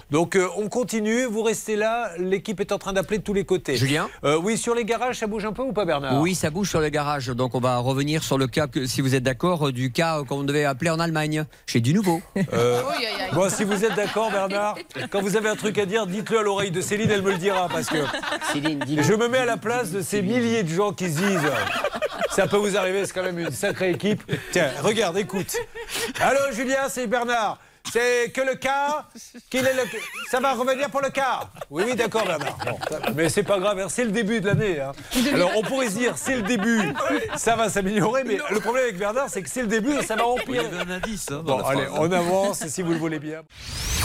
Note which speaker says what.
Speaker 1: Donc on continue, vous restez là, l'équipe est en train d'appeler de tous les côtés.
Speaker 2: Julien ?
Speaker 1: Oui, sur les garages, ça bouge un peu ou pas, Bernard?
Speaker 2: Oui, ça bouge sur le garage. Donc on va revenir sur le cas, si vous êtes d'accord, du cas qu'on devait appeler en Allemagne. J'ai du nouveau.
Speaker 1: Bon, si vous êtes d'accord, Bernard, quand vous avez un truc à dire, dites-le à l'oreille de Céline, elle me le dira. Parce que
Speaker 3: Céline,
Speaker 1: je me mets à la place de ces milliers de gens qui se disent... Ça peut vous arriver, c'est quand même une sacrée équipe. Tiens, regarde, écoute. Allô, Julien, c'est Bernard. C'est que le quart ça va revenir pour le quart. Oui, d'accord, Bernard. Bon, mais c'est pas grave, c'est le début de l'année. Hein. Alors, on pourrait se dire, c'est le début, ça va s'améliorer. Mais le problème avec Bernard, c'est que c'est le début et ça va empirer.
Speaker 4: Il y avait un indice. Hein,
Speaker 1: bon, allez, on avance si vous le voulez bien.